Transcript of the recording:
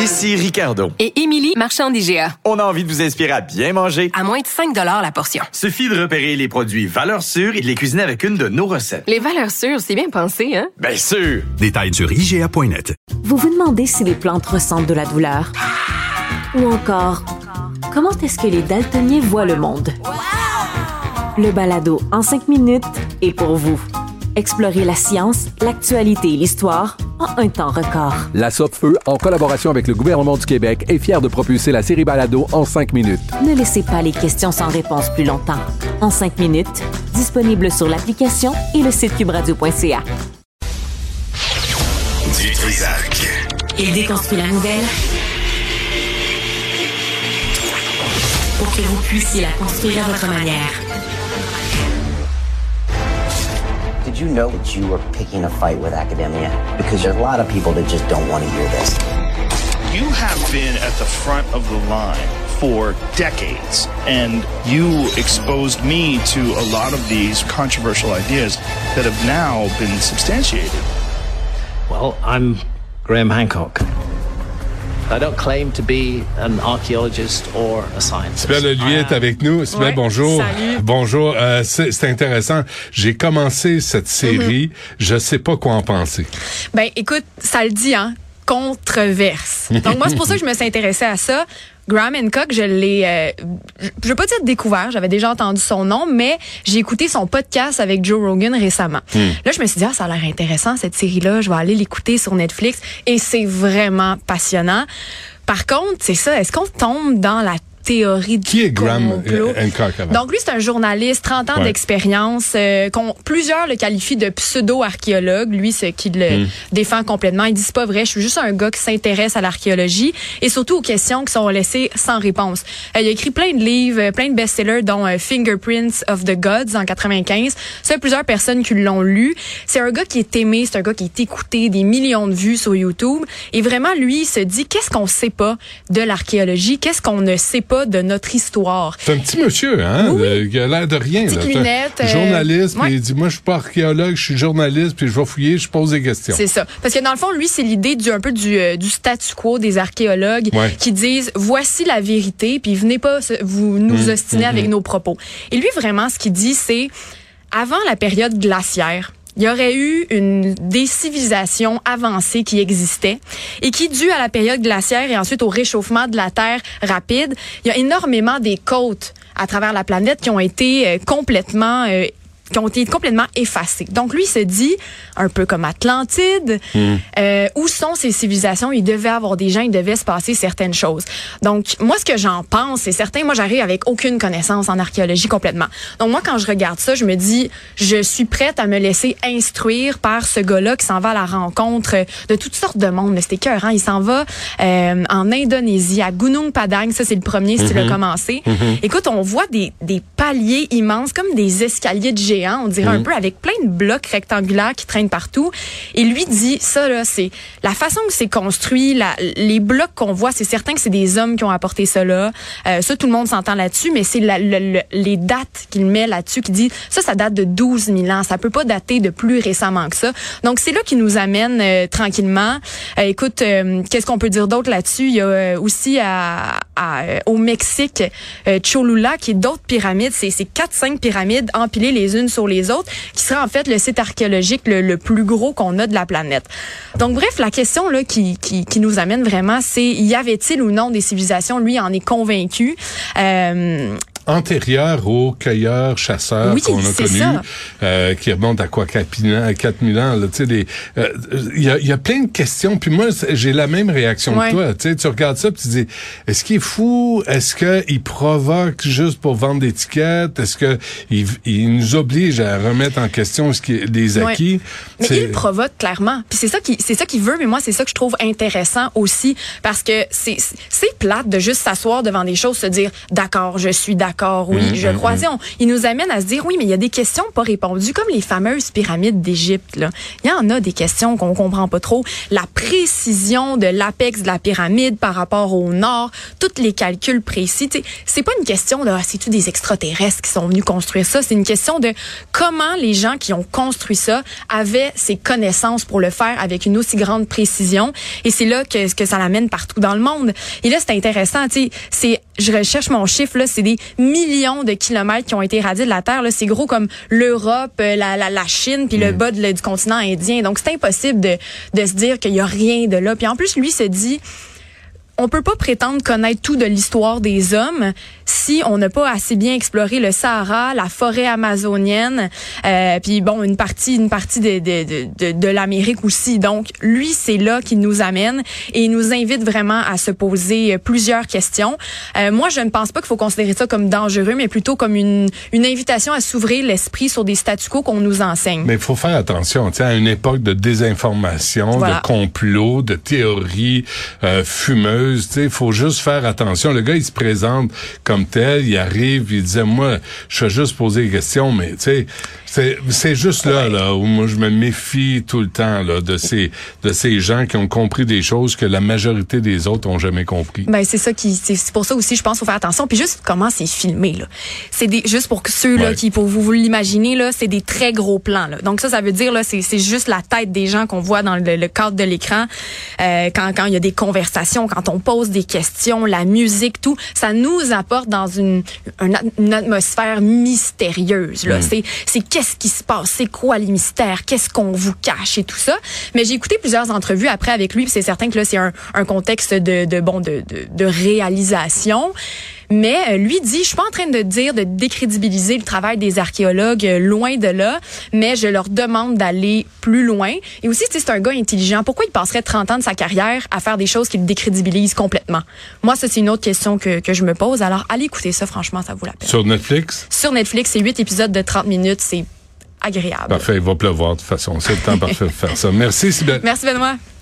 Ici Ricardo. Et Émilie, marchand d'IGA. On a envie de vous inspirer à bien manger. À moins de 5 $ la portion. Suffit de repérer les produits valeurs sûres et de les cuisiner avec une de nos recettes. Les valeurs sûres, c'est bien pensé, hein? Bien sûr! Détails sur IGA.net. Vous vous demandez si les plantes ressentent de la douleur? Ou encore, comment est-ce que les daltoniens voient le monde? Le balado en 5 minutes est pour vous. Explorez la science, l'actualité et l'histoire en un temps record. La Sopfeu, en collaboration avec le gouvernement du Québec, est fière de propulser la série Balado en 5 minutes. Ne laissez pas les questions sans réponse plus longtemps. En 5 minutes, disponible sur l'application et le site cubradio.ca. Du Trisac. Il déconstruit la nouvelle pour que vous puissiez la construire à votre manière. Did you know that you were picking a fight with academia? Because there's a lot of people that just don't want to hear this. You have been at the front of the line for decades, and you exposed me to a lot of these controversial ideas that have now been substantiated. Well, I'm Graham Hancock. I don't claim to be an archaeologist or a scientist. Sybelle Olivier est avec nous. Sybelle, ouais, bonjour. Salut. Bonjour. C'est intéressant. J'ai commencé cette série. Je sais pas quoi en penser. Ben, écoute, ça le dit, hein? Controverse. Donc, moi, c'est pour ça que je me suis intéressée à ça. Graham Hancock, je l'ai, je veux pas dire découvert, j'avais déjà entendu son nom, mais j'ai écouté son podcast avec Joe Rogan récemment. Là, je me suis dit, ça a l'air intéressant, cette série-là, je vais aller l'écouter sur Netflix, et c'est vraiment passionnant. Par contre, c'est ça, est-ce qu'on tombe dans la théorie du Qui est Graham complot? Hancock avant? Donc lui, c'est un journaliste, 30 ans d'expérience, plusieurs le qualifient de pseudo-archéologue. Lui, ce qui le défend complètement. Il dit, c'est pas vrai, je suis juste un gars qui s'intéresse à l'archéologie et surtout aux questions qui sont laissées sans réponse. Il a écrit plein de livres, plein de best-sellers, dont Fingerprints of the Gods en 95. Ça, plusieurs personnes qui l'ont lu. C'est un gars qui est aimé, c'est un gars qui est écouté, des millions de vues sur YouTube. Et vraiment, lui, il se dit, qu'est-ce qu'on sait pas de l'archéologie? Qu'est-ce qu'on ne sait pas de notre histoire? C'est un petit monsieur, hein? Oui. Qui a l'air de rien. Petite lunette. Journaliste, ouais. puis il dit, moi, je suis pas archéologue, je suis journaliste, puis je vais fouiller, je pose des questions. C'est ça. Parce que dans le fond, lui, c'est l'idée du statu quo des archéologues qui disent, voici la vérité, puis venez pas vous nous ostiner avec nos propos. Et lui, vraiment, ce qu'il dit, c'est, avant la période glaciaire, il y aurait eu des civilisations avancées qui existaient et qui, dû à la période glaciaire et ensuite au réchauffement de la Terre rapide, il y a énormément des côtes à travers la planète qui ont été complètement effacées. Donc lui, il se dit, un peu comme Atlantide, où sont ces civilisations? Il devait avoir des gens, il devait se passer certaines choses. Donc moi, ce que j'en pense, c'est certain, moi j'arrive avec aucune connaissance en archéologie complètement. Donc moi, quand je regarde ça, je me dis, je suis prête à me laisser instruire par ce gars-là qui s'en va à la rencontre de toutes sortes de monde. C'était écœurant. Il s'en va en Indonésie, à Gunung Padang. Ça, c'est le premier style a commencé. Écoute, on voit des paliers immenses, comme des escaliers de géants, on dirait un peu, avec plein de blocs rectangulaires qui traînent partout. Et lui dit, ça là, c'est la façon que c'est construit, les blocs qu'on voit, c'est certain que c'est des hommes qui ont apporté ça là. Ça, tout le monde s'entend là-dessus, mais c'est les dates qu'il met là-dessus, qui dit, ça date de 12 000 ans. Ça peut pas dater de plus récemment que ça. Donc, c'est là qu'il nous amène tranquillement. Écoute, qu'est-ce qu'on peut dire d'autre là-dessus? Il y a aussi au Mexique, Cholula, qui est d'autres pyramides. C'est 4-5 pyramides empilées les unes sur les autres, qui sera en fait le site archéologique le plus gros qu'on a de la planète. Donc bref, la question là qui nous amène vraiment, c'est, y avait-il ou non des civilisations? Lui en est convaincu. Antérieur aux cueilleurs-chasseurs qu'on a connus, qui remontent à quoi, 4 000 ans, là, tu sais, il y a plein de questions, puis moi, j'ai la même réaction que toi, tu sais, tu regardes ça, puis tu dis, est-ce qu'il est fou? Est-ce qu'il provoque juste pour vendre des tickets? Est-ce que il nous oblige à remettre en question des acquis? Mais il provoque, clairement. Puis c'est ça qu'il veut, mais moi, c'est ça que je trouve intéressant aussi, parce que c'est plate de juste s'asseoir devant des choses, se dire, d'accord, je suis d'accord d'accord, oui, je crois. Il nous amène à se dire, oui, mais il y a des questions pas répondues, comme les fameuses pyramides d'Égypte, là. Il y en a des questions qu'on comprend pas trop. La précision de l'apex de la pyramide par rapport au nord, tous les calculs précis. T'sais, c'est pas une question de, c'est-tu des extraterrestres qui sont venus construire ça? C'est une question de comment les gens qui ont construit ça avaient ces connaissances pour le faire avec une aussi grande précision. Et c'est là que ça l'amène partout dans le monde. Et là, c'est intéressant, tu sais, je recherche mon chiffre, là, c'est des millions de kilomètres qui ont été irradiés de la Terre, là. C'est gros comme l'Europe, la Chine, puis le bas du continent indien. Donc, c'est impossible de se dire qu'il y a rien de là. Puis en plus, lui se dit, on peut pas prétendre connaître tout de l'histoire des hommes si on n'a pas assez bien exploré le Sahara, la forêt amazonienne, puis bon, une partie de l'Amérique aussi. Donc, lui, c'est là qu'il nous amène et il nous invite vraiment à se poser plusieurs questions. Moi, je ne pense pas qu'il faut considérer ça comme dangereux, mais plutôt comme une invitation à s'ouvrir l'esprit sur des statu quo qu'on nous enseigne. Mais il faut faire attention, tu sais, à une époque de désinformation, de complot, de théories fumeuses. Il faut juste faire attention. Le gars, il se présente comme tel, il arrive, il disait, moi, je vais juste poser des questions, mais tu sais, c'est juste là où moi je me méfie tout le temps là de ces gens qui ont compris des choses que la majorité des autres ont jamais compris. Ben c'est pour ça aussi je pense qu'il faut faire attention. Puis juste comment c'est filmé là. C'est juste pour ceux là qui pour vous l'imaginez là, c'est des très gros plans là. Donc ça veut dire là c'est juste la tête des gens qu'on voit dans le cadre de l'écran quand il y a des conversations, quand on pose des questions, la musique, tout, ça nous apporte dans une atmosphère mystérieuse là. C'est qu'est-ce qui se passe, c'est quoi les mystères, qu'est-ce qu'on vous cache et tout ça. Mais j'ai écouté plusieurs entrevues après avec lui, puis c'est certain que là c'est un contexte de réalisation. Mais lui dit, je suis pas en train de dire de décrédibiliser le travail des archéologues, loin de là, mais je leur demande d'aller plus loin. Et aussi, c'est un gars intelligent. Pourquoi il passerait 30 ans de sa carrière à faire des choses qui le décrédibilisent complètement? Moi, ça, c'est une autre question que je me pose. Alors, allez écouter ça, franchement, ça vaut la peine. Sur Netflix? Sur Netflix, c'est 8 épisodes de 30 minutes. C'est agréable. Parfait, il va pleuvoir de toute façon. C'est le temps parfait de faire ça. Merci, Cybèle. Merci, Benoît.